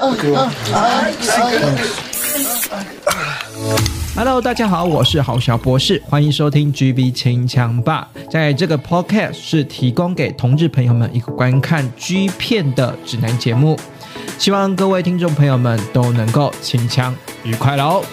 Hello， 大家好，我是郝小博士，欢迎收听 GB 清枪吧。在这个 podcast 是提供给同志朋友们一个观看 G 片的指南节目，希望各位听众朋友们都能够清枪愉快喽。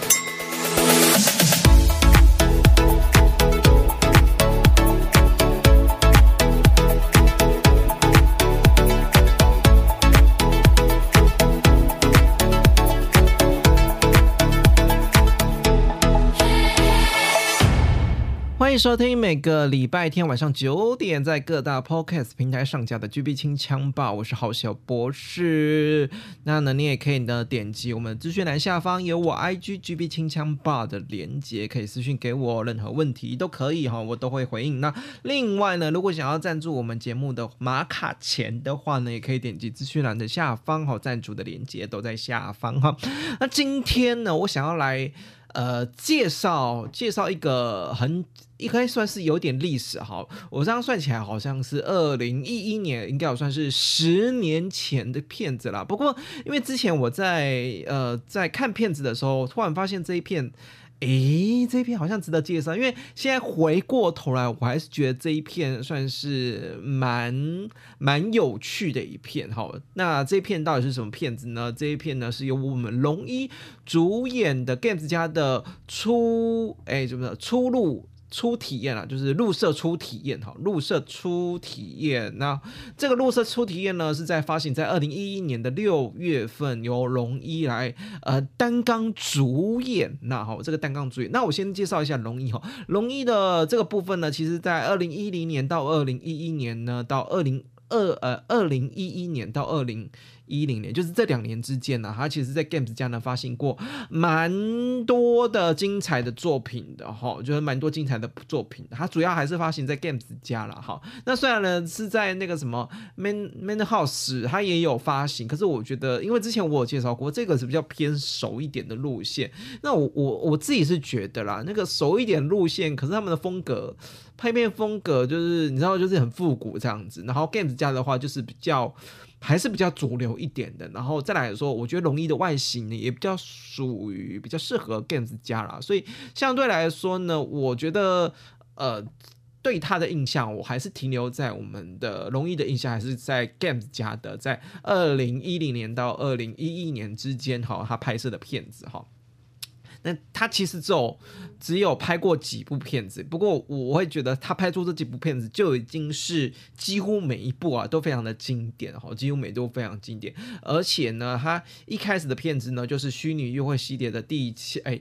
欢迎收听每个礼拜天晚上9点在各大 podcast 平台上架的 GB 清枪吧，我是郝小博士。那呢，你也可以呢点击我们资讯栏下方有我 IG GB 清枪吧的连结，可以私讯给我，任何问题都可以，我都会回应。那另外呢，如果想要赞助我们节目的马卡钱的话呢，也可以点击资讯栏的下方，赞助的连结都在下方。那今天呢，我想要来介绍一个应该算是有点历史哈，我这样算起来好像是2011年，应该有算是10年前的片子啦。不过因为之前我在看片子的时候，突然发现这一片好像值得介绍，因为现在回过头来，我还是觉得这一片算是蛮有趣的一片哈。那这一片到底是什么片子呢？这一片呢是由我们龙一主演的 Games 家的初体验啦，就是入社初体验哈，入社初体验。那这个入社初体验呢，是在发行在2011年的6月份，由龙一来担纲主演。那这个担纲主演，那我先介绍一下龙一哈。龙一的这个部分呢，其实在2010年到2011年呢，到2011年到2010年，就是这2年之间呢，他其实在 Games 家呢发行过蛮多的精彩的作品的哈，就是蛮多精彩的作品的。他主要还是发行在 Games 家啦哈。那虽然呢是在那个什么 Madhouse 他也有发行，可是我觉得，因为之前我有介绍过，这个是比较偏熟一点的路线。那我自己是觉得啦，那个熟一点路线，可是他们的风格。拍片风格就是你知道，就是很复古这样子。然后 Games 家的话就是还是比较主流一点的。然后再来说，我觉得龙一的外形呢也比较属于比较适合 Games 家啦。所以相对来说呢，我觉得对他的印象，我还是停留在我们的龙一的印象还是在 Games 家的，在2010年到2011年之间他拍摄的片子哈。那他其实只有拍过几部片子，不过我会觉得他拍出这几部片子就已经是几乎每一部都非常的经典，几乎每一部非常经典。而且呢，他一开始的片子呢，就是虚拟约会系列的第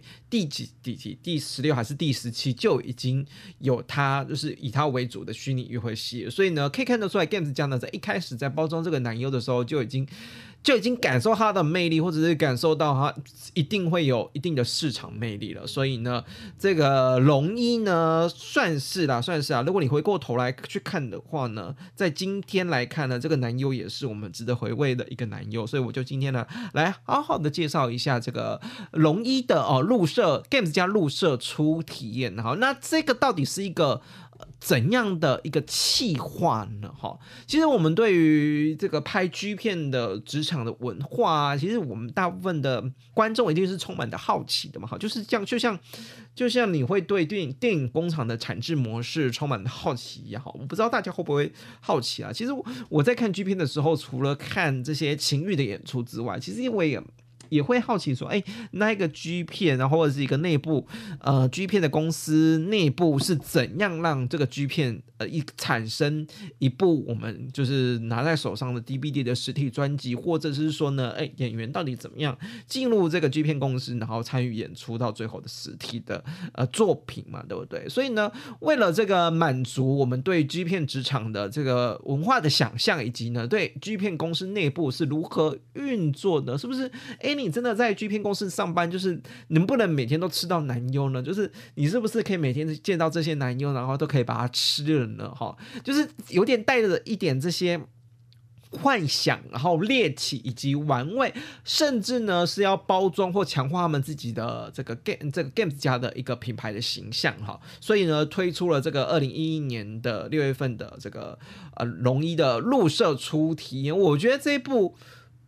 16还是第17就已经有他，就是以他为主的虚拟约会系列。所以呢，可以看得出来 Games 家呢在一开始在包装这个男优的时候就已经感受他的魅力，或者是感受到他一定会有一定的市场魅力了。所以呢，这个龙一呢算是啦。如果你回过头来去看的话呢，在今天来看呢，这个男优也是我们值得回味的一个男优。所以我就今天呢来好好的介绍一下这个龙一的入社 Games 家入社初体验。好，那这个到底是一个怎样的一个企划呢？其实我们对于这个拍 G 片的职场的文化其实我们大部分的观众一定是充满的好奇的嘛。就是这样，就像你会对电影工厂的产制模式充满的好奇一样。我不知道大家会不会好奇啊？其实我在看 G 片的时候，除了看这些情欲的演出之外，其实因为也会好奇说，那一个 G 片，然后或者是一个内部G 片的公司内部是怎样让这个 G 片产生一部我们就是拿在手上的 DVD 的实体专辑，或者是说呢，演员到底怎么样进入这个 G 片公司，然后参与演出到最后的实体的作品嘛，对不对？所以呢，为了这个满足我们对 G 片职场的这个文化的想象，以及呢对 G 片公司内部是如何运作的，是不是你真的在 G 片公司上班，就是能不能每天都吃到男优呢？就是你是不是可以每天见到这些男优，然后都可以把它吃了呢？就是有点带着一点这些幻想，然后猎奇以及玩味，甚至呢是要包装或强化他们自己的这个 Games 家的一个品牌的形象哈，所以呢推出了这个2011年的6月份的这个龙一的入社初体验。我觉得这一部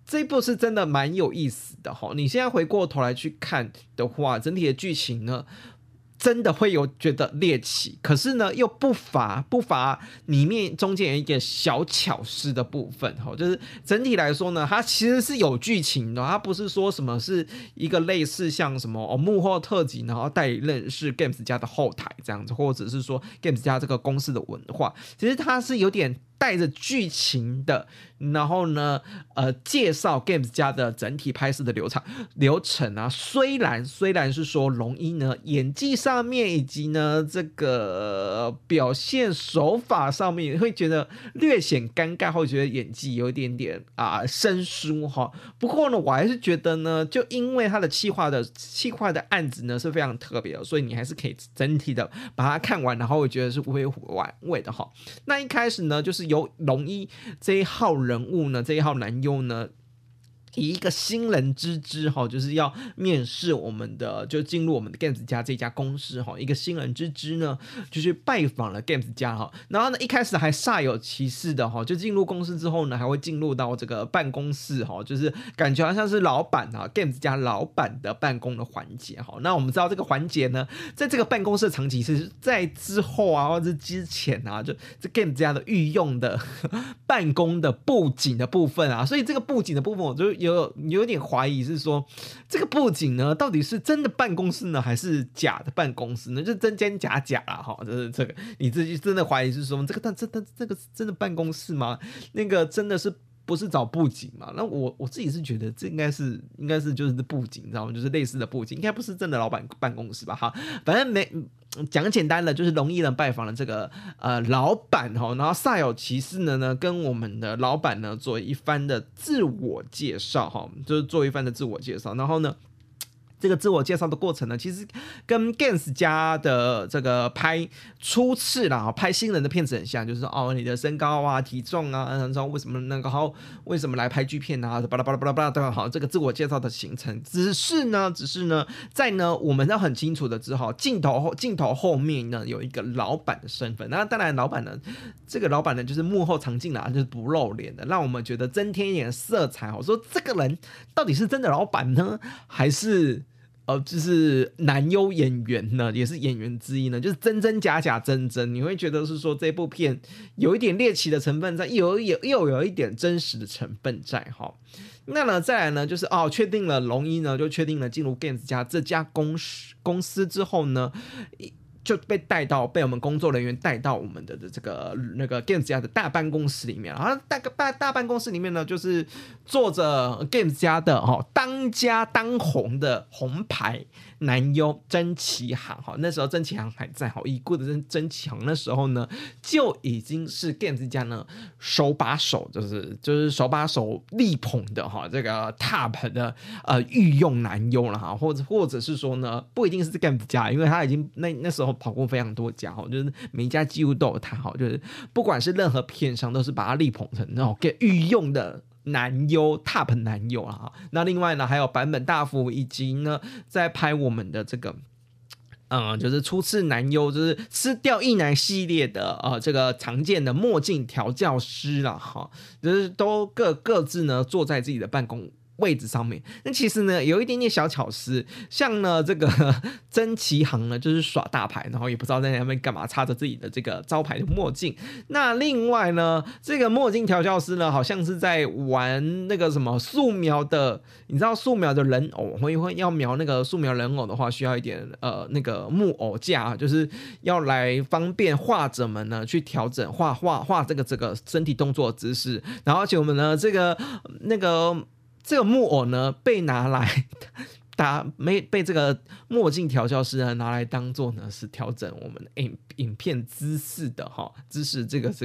这一部是真的蛮有意思的哈。你现在回过头来去看的话，整体的剧情呢，真的会有觉得猎奇，可是呢又不乏里面中间有一个小巧思的部分，就是整体来说呢，它其实是有剧情的，它不是说什么是一个类似像什么幕后特辑，然后带认识 Games 家的后台这样子，或者是说 Games 家这个公司的文化，其实它是有点带着剧情的，然后呢，介绍 Games 家的整体拍摄的流程啊。虽然是说龙一呢演技上面以及呢这个表现手法上面会觉得略显尴尬，会觉得演技有一点点生疏哈。不过呢，我还是觉得呢，就因为他的企划的案子呢是非常特别的，所以你还是可以整体的把它看完，然后我觉得是不会玩味的哈。那一开始呢，就是由龙一这一号人物呢，这一号男优呢，以一个新人之姿就是要面试我们的，就进入我们的 Games 家这家公司一个新人之姿呢，就去拜访了 Games 家然后呢，一开始还煞有其事的就进入公司之后呢，还会进入到这个办公室就是感觉好像是老板Games 家老板的办公的环节那我们知道这个环节呢，在这个办公室的场景是在之后或者是之前就这 Games 家的御用的办公的布景的部分所以这个布景的部分我就有点怀疑是说这个布景呢到底是真的办公室呢还是假的办公室呢，就真真假假啦就是这个你自己真的怀疑是说这个真的办公室吗？那个真的是不是找布景嘛？那我自己是觉得这应该是就是布景，你知道吗？就是类似的布景，应该不是真的老板办公室吧？哈，反正讲简单了，就是龙一人拜访了这个老板然后煞有其事呢跟我们的老板呢做一番的自我介绍就是做一番的自我介绍，然后呢。这个自我介绍的过程呢，其实跟 Games 家的这个拍初次啦，拍新人的片子很像，就是你的身高体重然后为什么来拍剧片巴拉巴拉巴拉巴拉对吧？好，这个自我介绍的行程，只是呢，在呢我们要很清楚的知道，镜头后面呢有一个老板的身份，那当然这个老板呢就是幕后藏镜啦，就是不露脸的，让我们觉得增添一点色彩说这个人到底是真的老板呢，还是？就是男优演员呢，也是演员之一呢，就是真假真，你会觉得是说这部片有一点猎奇的成分在，又有一点真实的成分在那呢，再来呢，就是确定了龙一呢，就确定了进入 Games 家这家公司之后呢。就被我们工作人员带到我们的这个那个 Games 家的大办公室里面，然后大办公室里面呢，就是坐着 Games 家的当家当红的红牌男优真崎航那时候真崎航还在已故的真崎航那时候呢，就已经是 Games 家呢手把手就是手把手力捧的这个 Top 的御用男优了或者是说呢，不一定是 Games 家，因为他已经那时候跑过非常多家就是每一家几乎都有他就是不管是任何片商都是把他力捧成那种御用的男优 Top 男优那另外呢还有坂本大辅，以及呢在拍我们的这个就是初次男优，就是吃掉一男系列的这个常见的墨镜调教师啦就是都各自呢坐在自己的办公位置上面。那其实呢有一点点小巧思，像呢这个真崎航呢就是耍大牌，然后也不知道在那边干嘛，插着自己的这个招牌的墨镜。那另外呢这个墨镜调教师呢好像是在玩那个什么素描的，你知道素描的人偶会要描那个素描人偶的话，需要一点那个木偶架，就是要来方便画者们呢去调整画这个身体动作的姿势。然后而且我们呢这个木偶呢被拿来被这个墨镜调教师呢拿来当做呢是调整我们影片姿势的姿势这个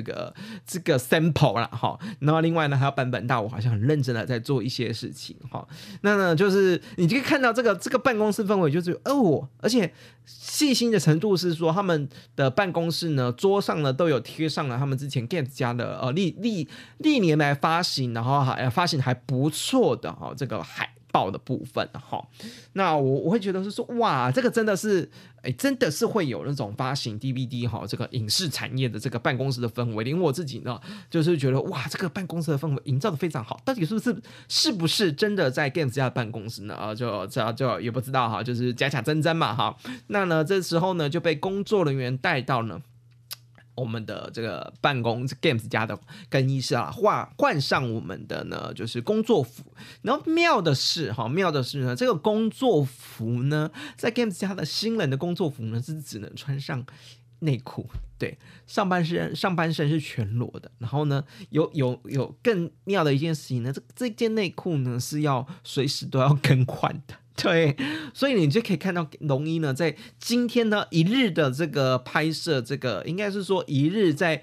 sample 啦然后另外呢还有坂本大我好像很认真的在做一些事情那呢就是你就可以看到这个办公室氛围就是而且细心的程度是说他们的办公室呢桌上呢都有贴上了他们之前 Games 家的历年来发行然后发行还不错的这个爆的部分哈。那我会觉得是说，哇，这个真的是，真的是会有那种发行 DVD 哈，这个影视产业的这个办公室的氛围。连我自己呢，就是觉得哇，这个办公室的氛围营造的非常好。到底是不是真的在 Games 家的办公室呢？就也不知道哈，就是假真嘛哈。那呢，这时候呢就被工作人员带到呢我们的这个办公 Games 家的更衣室啊，换上我们的呢就是工作服。然后妙的是呢，这个工作服呢，在 Games 家的新人的工作服呢是只能穿上内裤，对，上半身是全裸的。然后呢，有更妙的一件事情呢，这件内裤呢是要随时都要更换的。对，所以你就可以看到龙一呢，在今天呢一日的这个拍摄，这个应该是说一日在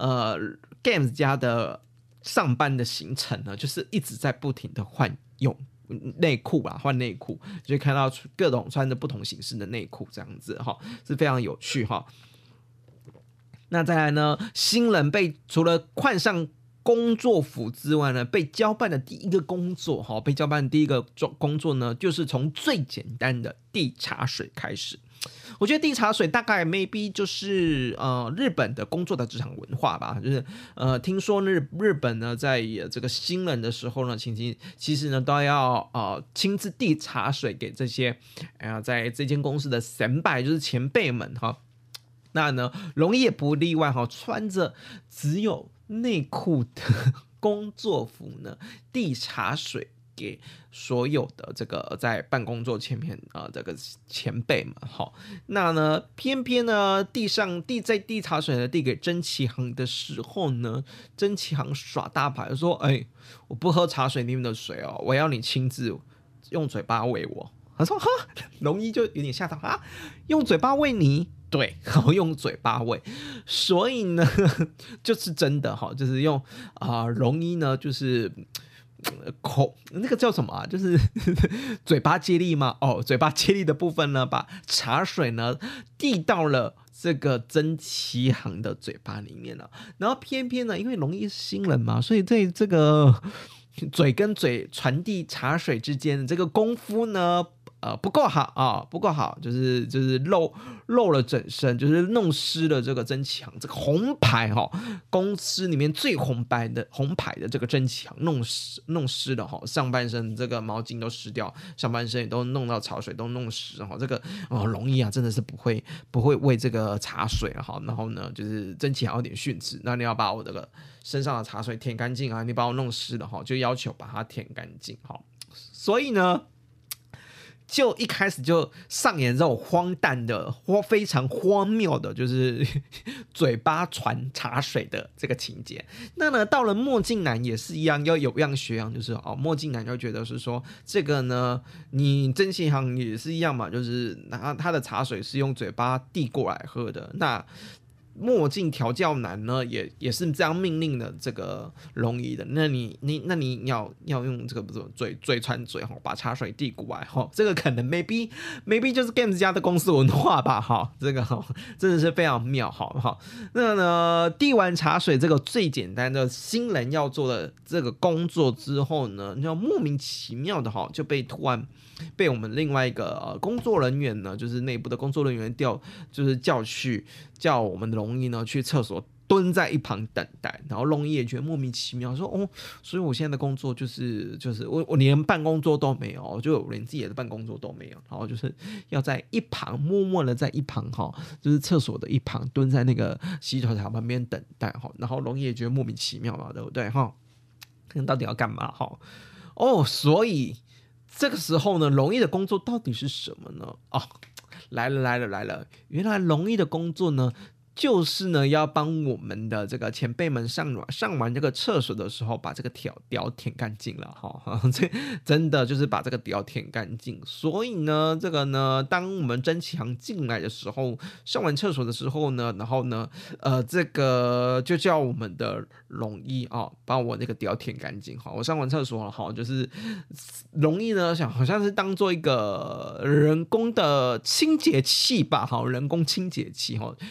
Games 家的上班的行程呢，就是一直在不停的换用内裤啊，换内裤，就看到各种穿着不同形式的内裤，这样子哈，是非常有趣哈。那再来呢，新人除了换上工作服之外呢，被交办的第一个工作呢，就是从最简单的递茶水开始。我觉得递茶水大概 maybe 就是日本的工作的职场文化吧，就是听说日本呢在这个新人的时候呢，其实呢都要亲自递茶水给这些在这间公司的先輩，就是前辈们哈。那呢，龙一也不例外哈，穿着只有内裤的工作服呢，递茶水给所有的这个在办公桌前面这个前辈们哈。那呢，偏偏呢在递茶水呢递给曾启航的时候呢，曾启航耍大牌说：“我不喝茶水里面的水哦，我要你亲自用嘴巴喂我。”他说：“哈，龙一就有点吓到啊，用嘴巴喂你。”对，用嘴巴喂，所以呢，就是真的哈，就是用龙一呢，就是那个叫什么啊？就是嘴巴接力吗？嘴巴接力的部分呢，把茶水呢递到了这个曾启航的嘴巴里面了。然后偏偏呢，因为龙一是新人嘛，所以在这个嘴跟嘴传递茶水之间的这个功夫呢，不够好，就是漏了整身，就是弄湿了这个曾启航这个红牌哈，公司里面最红牌的这个曾启航弄湿了哈，上半身这个毛巾都湿掉，上半身也都弄到茶水都弄湿哈，这个龙一啊真的是不会喂这个茶水哈，然后呢就是曾启航有点训斥，那你要把我这个身上的茶水舔干净啊，你把我弄湿了哈，就要求把它舔干净哈，所以呢。就一开始就上演这种非常荒谬的，就是嘴巴传茶水的这个情节。那呢，到了墨镜男也是一样，要有样学样，就是墨镜男就觉得是说，这个呢，你曾启航也是一样嘛，就是他的茶水是用嘴巴递过来喝的，那。墨镜调教男呢，也是这样命令的这个龙一的。那你要用这个不是嘴传嘴哈，把茶水递过来哈。这个可能 maybe 就是 Games 家的公司文化吧哈。这个真的是非常妙哈。那呢，递完茶水这个最简单的新人要做的这个工作之后呢，就莫名其妙的哈就突然被我们另外一个工作人员呢，就是内部的工作人员叫我们的龙一呢去厕所蹲在一旁等待，然后龙一也觉得莫名其妙，说所以我现在的工作就是我连办公桌都没有，就连自己的办公桌都没有，然后就是要在一旁默默的在一旁哈，就是厕所的一旁蹲在那个洗手台旁边等待哈，然后龙一也觉得莫名其妙嘛，对不对哈？到底要干嘛哈？所以这个时候呢，龙一的工作到底是什么呢？来了！原来龙一的工作呢，就是呢要帮我们的这个前辈们上完这个厕所的时候，把这个屌舔干净了哈。这真的就是把这个屌舔干净。所以呢，这个呢，当我们曾启航进来的时候，上完厕所的时候呢，然后呢，这个就叫我们的龙一把我那个屌舔干净哈。我上完厕所了哈，就是龙一呢，好像是当做一个人工的清洁器吧，人工清洁器哈，就要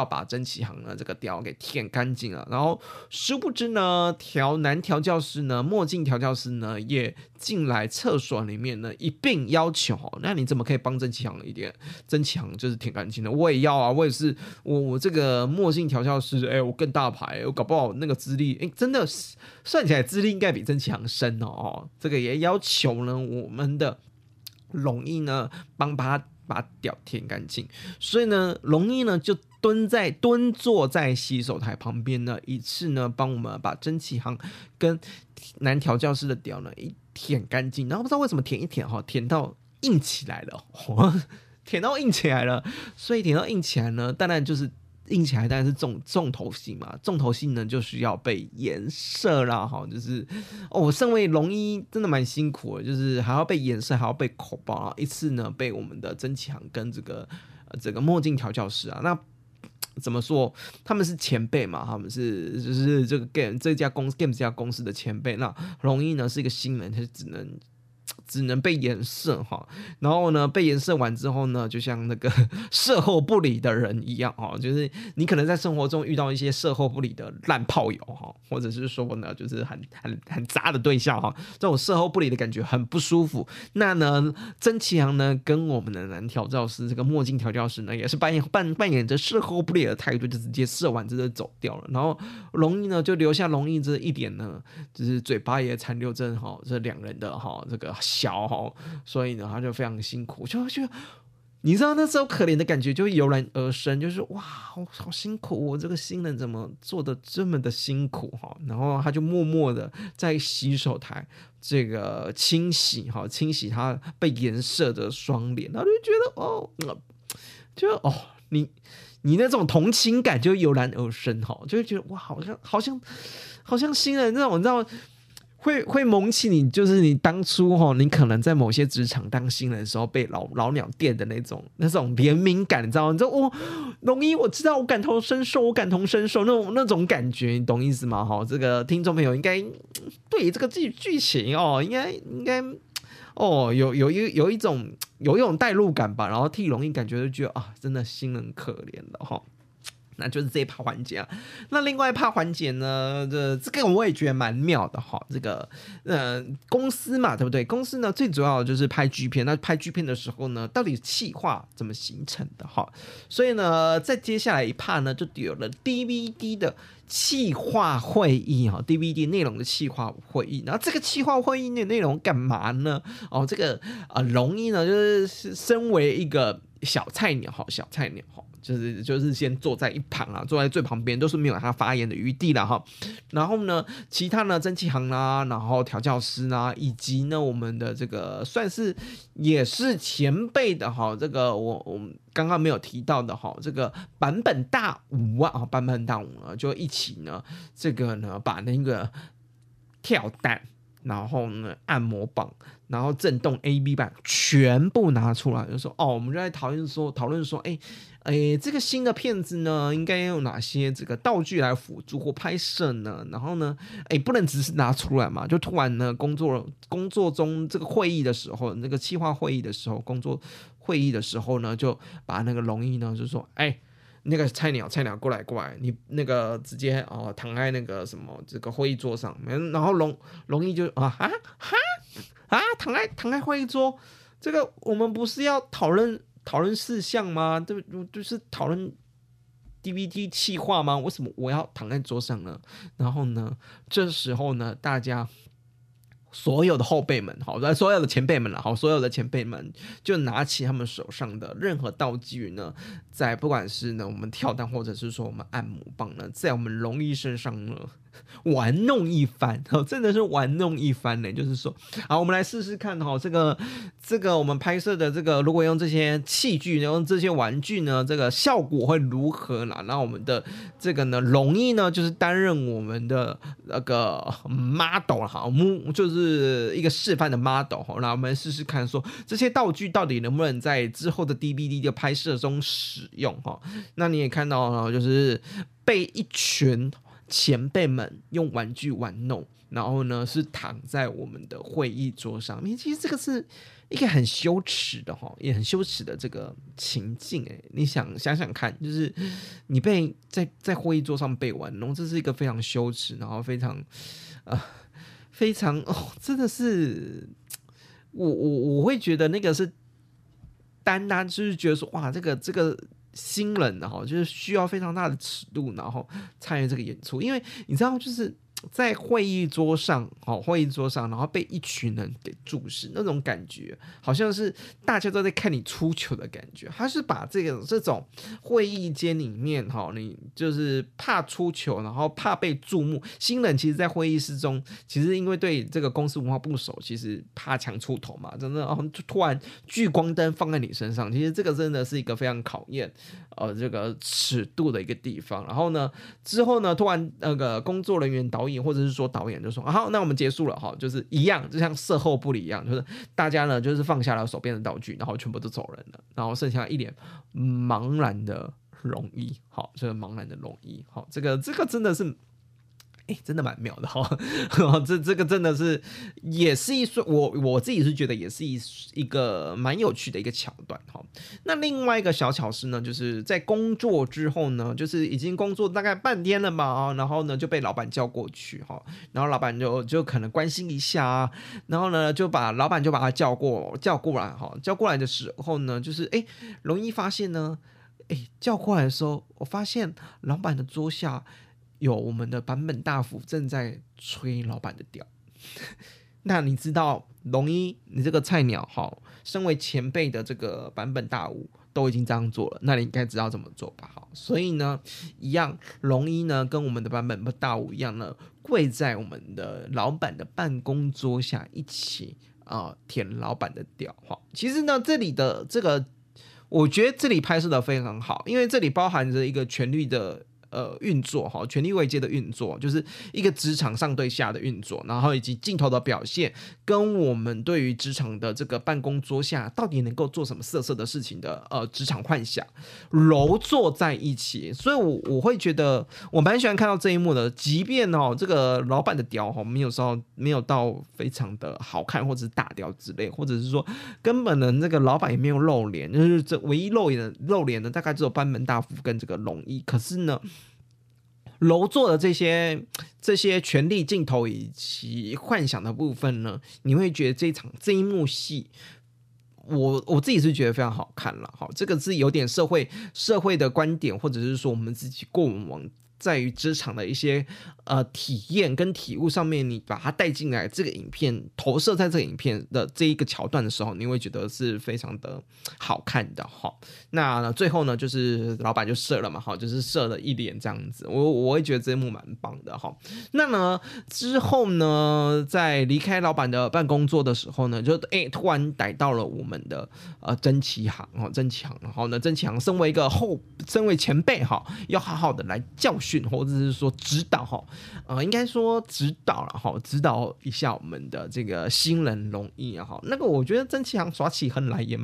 要把曾启航呢这个屌给舔干净了。然后殊不知呢，男调教师呢，墨镜调教师呢也进来厕所里面呢一并要求，那你怎么可以帮曾启航一点？曾启航就是舔干净的，我也要啊，我也是我这个墨镜调教师，我更大牌，我搞不好那个资历，真的算起来资历应该比曾启航深哦。这个也要求呢我们的龙一呢帮他把屌舔干净，所以呢龙一呢就蹲坐在洗手台旁边呢，一次呢帮我们把曾启航跟男调教师的屌呢一舔干净，然后不知道为什么舔一舔舔到硬起来了，舔到硬起来了，所以舔到硬起来呢，当然就是硬起来，当然是重头戏嘛，重头戏呢就需要被颜射啦，就是我身为龙一真的蛮辛苦的，就是还要被颜射，还要被口爆，一次呢被我们的曾启航跟这个墨镜调教师啊，那怎么说？他们是前辈嘛，他们是就是这个 game 这家公司的前辈。那龙一呢是一个新人，他只能被颜射哈，然后呢被颜射完之后呢，就像那个射后不理的人一样哈，就是你可能在生活中遇到一些射后不理的烂炮友哈，或者是说呢就是很渣的对象哈，这种射后不理的感觉很不舒服。那呢曾启航呢跟我们的男调教师这个墨镜调教师呢也是扮演着射后不理的态度，就直接射完就走掉了。然后龙一呢就留下龙一这一点呢，就是嘴巴也残留着这两人的这个小所以呢他就非常辛苦，就你知道那时候可怜的感觉就油然而生，就是哇好辛苦，我这个新人怎么做的这么的辛苦然后他就默默的在洗手台这个清洗他被颜射的双脸，然后就觉得你那种同情感就油然而生就会觉得哇好像新人那种你知道会萌起你，就是你当初你可能在某些职场当新人的时候被老鸟电的那种怜悯感，你知道吗？你知道龙一我知道，我感同身受那种感觉，你懂意思吗？这个听众朋友应该对这个剧情应该有一种代入感吧，然后替龙一感觉就觉得真的心人可怜了那就是这一趴环节啊。那另外一趴环节呢，这个我也觉得蛮妙的这个公司嘛，对不对？公司呢最主要的就是拍剧片，那拍剧片的时候呢，到底企划怎么形成的所以呢，在接下来一趴呢，就有了 DVD 的企划会议DVD 内容的企划会议。然后这个企划会议的内容干嘛呢？这个龙一呢，就是身为一个小菜鸟就是先坐在一旁坐在最旁边，都是没有他发言的余地了然后呢，其他呢，曾启航啦，然后调教师啦，以及呢我们的这个算是也是前辈的这个我们刚刚没有提到的这个版本大舞版本大舞就一起呢这个呢把那个跳蛋，然后呢按摩棒，然后震动 AV 板全部拿出来，就说我们就在讨论说这个新的片子呢应该有哪些这个道具来辅助或拍摄呢？然后呢不能只是拿出来嘛，就突然呢工作中这个会议的时候，那个企划会议的时候，工作会议的时候呢，就把那个龙一呢就说那个菜鸟过来，你那个直接躺在那个什么这个会议桌上，然后龙一就躺在会议桌，这个我们不是要讨论事项吗？对，就是讨论 DVD 企划吗？为什么我要躺在桌上呢？然后呢，这时候呢，大家所有的后辈们所有的前辈们所有的前辈们就拿起他们手上的任何道具呢，在不管是呢我们跳蛋或者是说我们按摩棒呢，在我们龙一身上呢玩弄一番真的是玩弄一番呢。就是说好，我们来试试看这个我们拍摄的这个如果用这些器具用这些玩具呢，这个效果会如何啦？然后我们的这个呢龙一呢就是担任我们的那个 model 就是一个示范的 model 那我们试试看说这些道具到底能不能在之后的 DVD 的拍摄中使用那你也看到就是被一群前辈们用玩具玩弄，然后呢是躺在我们的会议桌上面。其实这个是一个很羞耻的也很羞耻的这个情境你想想看，就是你被在会议桌上被玩弄，这是一个非常羞耻，然后非常非常真的是我会觉得那个是单就是觉得说哇，这个新人就是需要非常大的尺度，然后参与这个演出，因为你知道就是在会议桌上，然后被一群人给注视，那种感觉好像是大家都在看你出糗的感觉。他是把这种会议间里面，你就是怕出糗，然后怕被注目。新人其实，在会议室中，其实因为对这个公司文化不熟，其实怕抢出头嘛，真的就突然聚光灯放在你身上，其实这个真的是一个非常考验这个尺度的一个地方。然后呢，之后呢，突然那个工作人员导演或者是说导演就说好，那我们结束了就是一样，就像售后部里一样，就是大家呢就是放下了手边的道具，然后全部都走人了，然后剩下一脸茫然的容易，这个茫然的容易，这个真的是。真的蛮妙的这个真的是也是我自己是觉得也是一个蛮有趣的一个桥段那另外一个小巧思呢，就是在工作之后呢，就是已经工作大概半天了嘛然后呢就被老板叫过去然后老板就可能关心一下然后呢老板就把他叫过来叫过来的时候呢，就是容易发现呢叫过来的时候，我发现老板的桌下有我们的坂本大辅正在吹老板的屌那你知道龙一你这个菜鸟身为前辈的这个坂本大武都已经这样做了，那你应该知道怎么做吧所以呢一样龙一呢跟我们的坂本大武一样呢，跪在我们的老板的办公桌下一起舔老板的屌其实呢这里的这个我觉得这里拍摄的非常好，因为这里包含着一个权力的运作权力位阶的运作，就是一个职场上对下的运作，然后以及镜头的表现，跟我们对于职场的这个办公桌下到底能够做什么色色的事情的职场幻想揉作在一起，所以我会觉得我蛮喜欢看到这一幕的，即便这个老板的屌没有到非常的好看或者是大屌之类，或者是说根本的那个老板也没有露脸，就是这唯一露脸的大概只有坂本大辅跟这个龙一，可是呢揉做的这些权力镜头以及幻想的部分呢，你会觉得这一幕戏我自己是觉得非常好看了这个是有点社会的观点，或者是说我们自己过往在于职场的一些体验跟体悟上面，你把它带进来这个影片，投射在这个影片的这一个桥段的时候，你会觉得是非常的好看的那最后呢，就是老板就射了嘛就是射了一脸这样子，我会觉得这一幕蛮棒的那呢之后呢，在离开老板的办公桌的时候呢，就突然逮到了我们的曾启航然后呢曾启航身为前辈要好好的来教训或者是说指导应该说指导了指导一下我们的这个新人龙一那个我觉得曾启航耍起横来也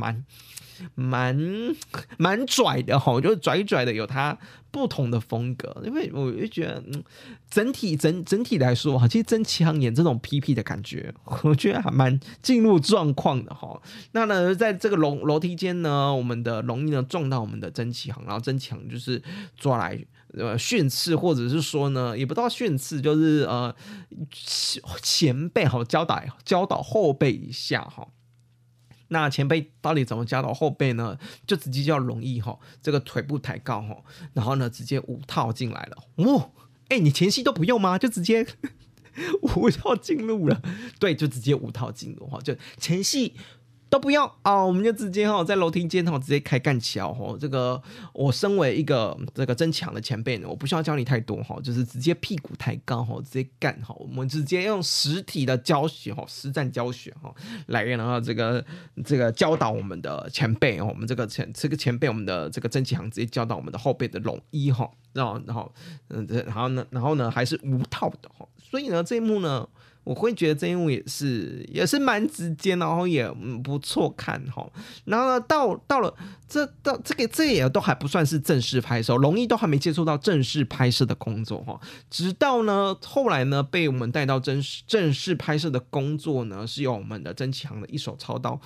蛮拽的就是拽拽的，有他不同的风格。因为我就觉得整体来说其实曾启航演这种屁屁的感觉，我觉得还蛮进入状况的那呢，在这个楼梯间呢，我们的龙一呢撞到我们的曾启航，然后曾启航就是抓来训斥，或者是说呢，也不到训斥，就是前辈教导后辈一下那前辈到底怎么教导后辈呢？就直接叫龙一这个腿部抬高然后呢直接五套进来了你前戏都不用吗？就直接五套进入了，对，就直接五套进入就前戏都不用我们就直接在楼梯间直接开干起来这个我身为一个这个增强的前辈呢，我不需要教你太多就是直接屁股抬高直接干我们直接用实体的教学实战教学来然后这个教导我们的前辈我们这个前辈我们的这个曾启航直接教导我们的后辈的龙一然后呢还是无套的所以呢这一幕呢我会觉得这一幕也是蛮直接，然后也不错看哈。然后呢，到了这也都还不算是正式拍摄，龙一都还没接触到正式拍摄的工作哈。直到呢后来呢被我们带到正式拍摄的工作呢，是由我们的曾启航的一手操刀，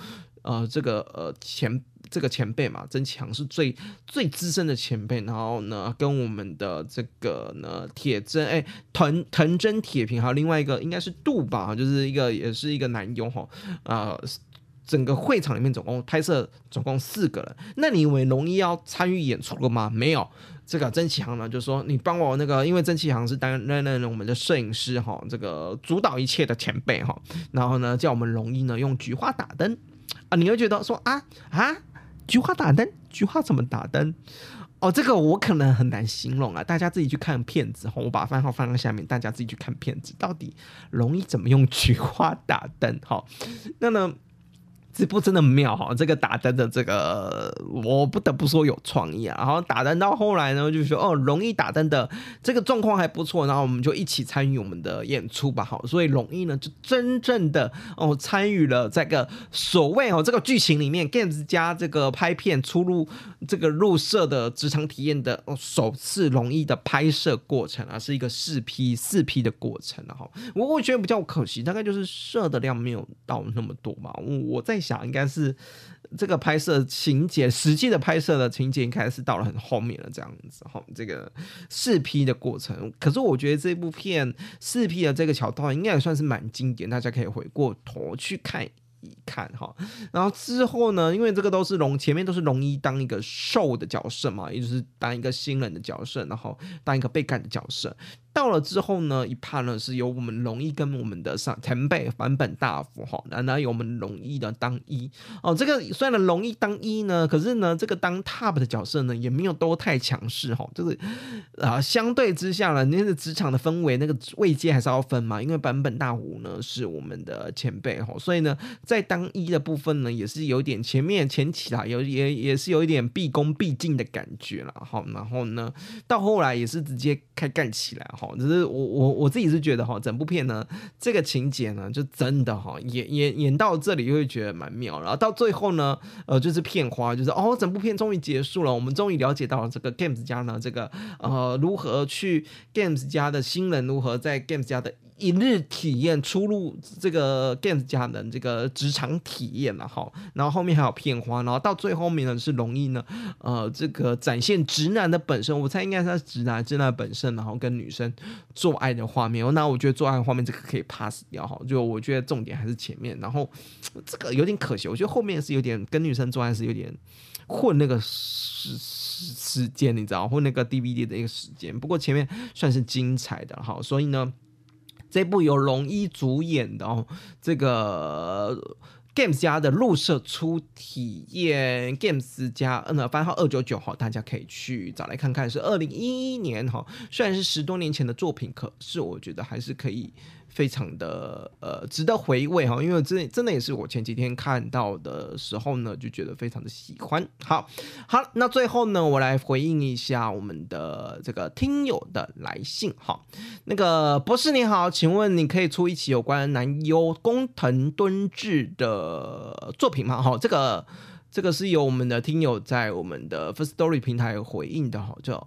这个前辈嘛，曾启航是最资深的前辈，然后呢，跟我们的这个呢铁真藤真铁平，还有另外一个应该是杜吧，就是也是一个男优哈，整个会场里面总共拍摄4个人。那你以为龙一要参与演出了吗？没有。这个曾启航呢就说你帮我那个，因为曾启航是担任我们的摄影师哈，这个主导一切的前辈哈，然后呢叫我们龙一呢用菊花打灯啊，你会觉得说菊花打灯，菊花怎么打灯？哦，这个我可能很难形容啊，大家自己去看片子哈，我把番号放在下面，大家自己去看片子，到底龙一怎么用菊花打灯？好，那呢？这部真的很妙哈，这个打灯的这个我不得不说有创意啊。然后打灯到后来呢，就说容易打灯的这个状况还不错，然后我们就一起参与我们的演出吧。好，所以容易呢就真正的参与了这个所谓这个剧情里面 Games 家这个拍片出入这个入社的职场体验的首次容易的拍摄过程啊，是一个4批的过程啊。我觉得比较可惜，大概就是摄的量没有到那么多嘛。我在想应该是这个拍摄情节，实际的拍摄的情节应该是到了很后面了这样子哈。这个4批的过程，可是我觉得这部片4批的这个桥段应该也算是蛮经典，大家可以回过头去看一看哈。然后之后呢，因为这个都是前面都是龙一当一个受的角色嘛，也就是当一个新人的角色，然后当一个被干的角色。到了之后呢，一趴呢是由我们龙一跟我们的前辈坂本大辅哈，然后由我们龙一的当一这个虽然龙一当一呢，可是呢这个当 top 的角色呢也没有都太强势哈，就是相对之下呢，那个职场的氛围那个位阶还是要分嘛，因为坂本大辅呢是我们的前辈哈，所以呢在当一的部分呢也是有点前期啦，也是有一点毕恭毕敬的感觉啦哈，然后呢到后来也是直接开干起来哈。只是我自己是觉得哈，整部片呢这个情节呢就真的哈演到这里就会觉得蛮妙，然后到最后呢就是片花，就是整部片终于结束了，我们终于了解到了这个 Games 家呢这个如何去 Games 家的新人如何在 Games 家的一日体验出入这个 Games 家的这个职场体验了哈，然后后面还有片花，然后到最后面呢是容易呢这个展现直男的本身，我猜应该是直男的本身，然后跟女生做爱的画面。那我觉得做爱的画面这个可以 pass 掉哈，就我觉得重点还是前面，然后这个有点可惜，我觉得后面是有点跟女生做爱是有点混那个时间，你知道，混那个 DVD 的一个时间，不过前面算是精彩的哈，所以呢这部由龙一主演的这个 Games 家的入社初体验 Games 家番号299哈，大家可以去找来看看，是2011年哈，虽然是10多年前的作品，可是我觉得还是可以非常的值得回味哈，因为真的也是我前几天看到的时候呢，就觉得非常的喜欢。好，那最后呢，我来回应一下我们的这个听友的来信哈。那个博士你好，请问你可以出一期有关男优工藤敦志的作品吗？哈，这个是由我们的听友在我们的 First Story 平台回应的哈，就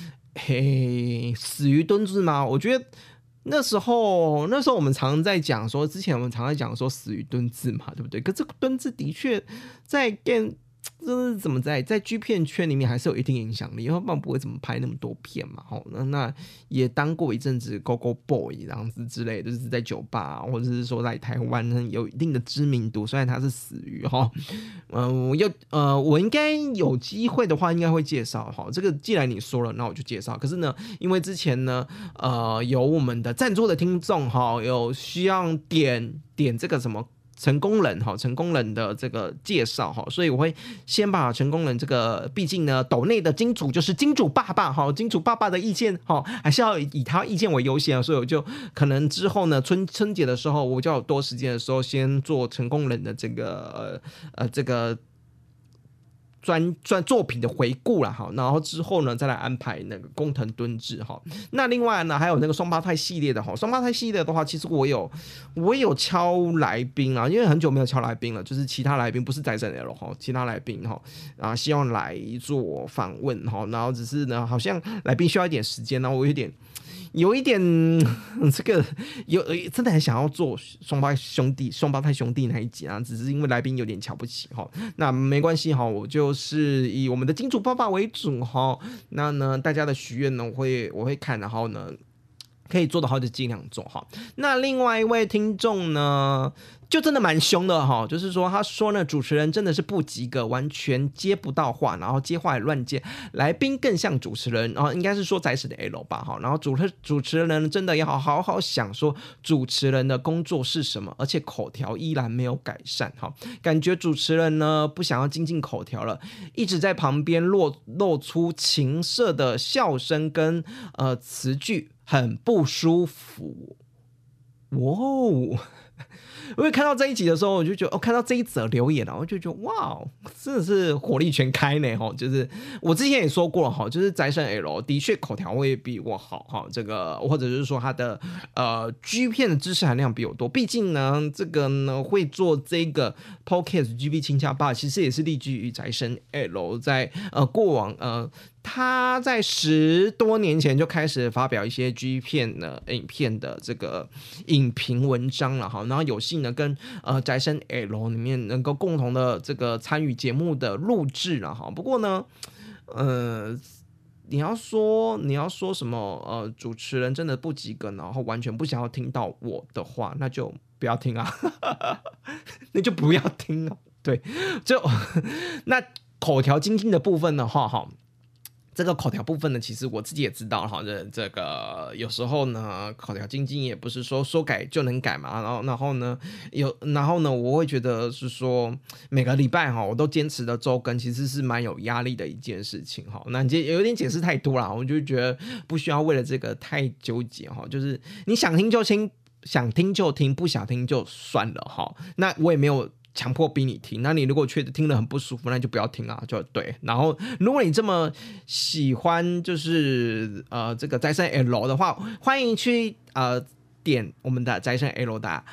死于敦志吗？我觉得。那时候我们常在讲说，之前我们常在讲说死于敦志嘛，对不对？可这个敦志的确在 game 就是怎么在 G 片圈里面还是有一定影响力，要不然不会怎么拍那么多片嘛。那也当过一阵子 Go Go Boy 这样子之类的，就是在酒吧或者是说在台湾有一定的知名度，虽然他是死于我应该有机会的话应该会介绍哈。这个既然你说了，那我就介绍。可是呢，因为之前呢有我们的赞助的听众有需要点这个什么成功人的这个介绍哈，所以我会先把成功人这个，毕竟呢斗内的金主就是金主爸爸哈，金主爸爸的意见还是要以他意见为优先，所以我就可能之后呢春节的时候，我就有多时间的时候，先做成功人的这个作品的回顾啦，好，然后之后呢再来安排那个工藤敦志哈。那另外呢还有那个双胞胎系列的哈，双胞胎系列的话，其实我有敲来宾啊，因为很久没有敲来宾了，就是其他来宾不是宅神 L 哈，其他来宾哈啊希望来做访问哈，然后只是呢好像来宾需要一点时间，然后我有一点这个真的很想要做双胞胎兄弟那一集啊，只是因为来宾有点瞧不起哈，那没关系哈，我就是以我们的金主爸爸为主哈，那呢大家的许愿呢我会看，然后呢可以做的话就尽量做哈。那另外一位听众呢就真的蛮凶的哈，就是说他说呢主持人真的是不及格，完全接不到话，然后接话也乱接，来宾更像主持人，然后应该是说宅史的 L 吧哈，然后主持人真的要好好想说主持人的工作是什么，而且口条依然没有改善哈，感觉主持人呢不想要精进口条了，一直在旁边露出情色的笑声跟词句，很不舒服。哇哦！因为看到这一集的时候，我就觉得看到这一则留言，我就觉得哇，真的是火力全开呢哈！就是我之前也说过了哈，就是宅神 L 的确口条会比我好哈，这个或者是说他的G 片的知识含量比我多，毕竟呢这个呢会做这个 Podcast GB 清洽吧，其实也是立基于宅神 L 在过往他在10多年前就开始发表一些 G 片的影片的这个影评文章了哈，然后有幸呢跟宅神 L 里面能够共同的这个参与节目的录制了哈。不过呢，你要说什么主持人真的不及格，然后完全不想要听到我的话，那就不要听啊，那就不要听啊。对，就那口条精进的部分的话哈。这个口条部分呢，其实我自己也知道哈，这个有时候呢，口条精进也不是说改就能改嘛，然后呢，我会觉得是说每个礼拜哈，我都坚持的周更，其实是蛮有压力的一件事情哈。那你有点解释太多了，我就觉得不需要为了这个太纠结哈，就是你想听就听，想听就听，不想听就算了哈。那我也没有强迫逼你听，那你如果觉得听得很不舒服，那就不要听啊，就对。然后，如果你这么喜欢，就是这个宅神 L 的话，欢迎去点我们的宅神 L 的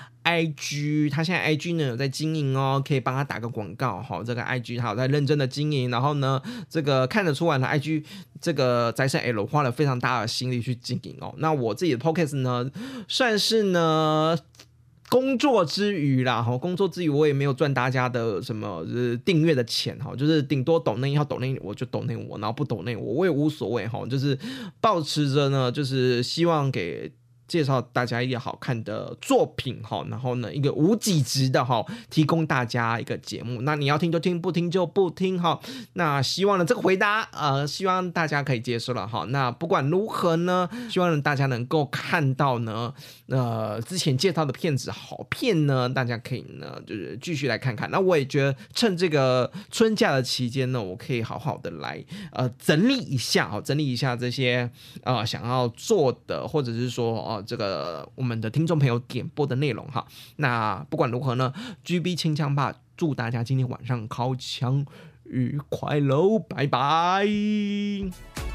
IG， 他现在 IG 呢有在经营哦，可以帮他打个广告哈。这个 IG 他有在认真的经营，然后呢，这个看得出来呢 IG 这个宅神 L 花了非常大的心力去经营哦。那我自己的 Podcast 呢，算是呢。工作之余啦，工作之余我也没有赚大家的什么订阅的钱哈，就是顶多抖内要抖内我就抖内我，然后不抖内我也无所谓哈，就是抱持着呢，就是希望给介绍大家一个好看的作品哈，然后呢一个无几值的哈，提供大家一个节目，那你要听就听，不听就不听哈。那希望呢这个回答希望大家可以接受了哈。那不管如何呢，希望大家能够看到呢之前介绍的片子好片呢，大家可以呢就是继续来看看。那我也觉得趁这个春假的期间呢，我可以好好的来整理一下这些想要做的，或者是说这个我们的听众朋友点播的内容哈。那不管如何呢 ，GB 清枪吧，祝大家今天晚上尻枪愉快喽，拜拜。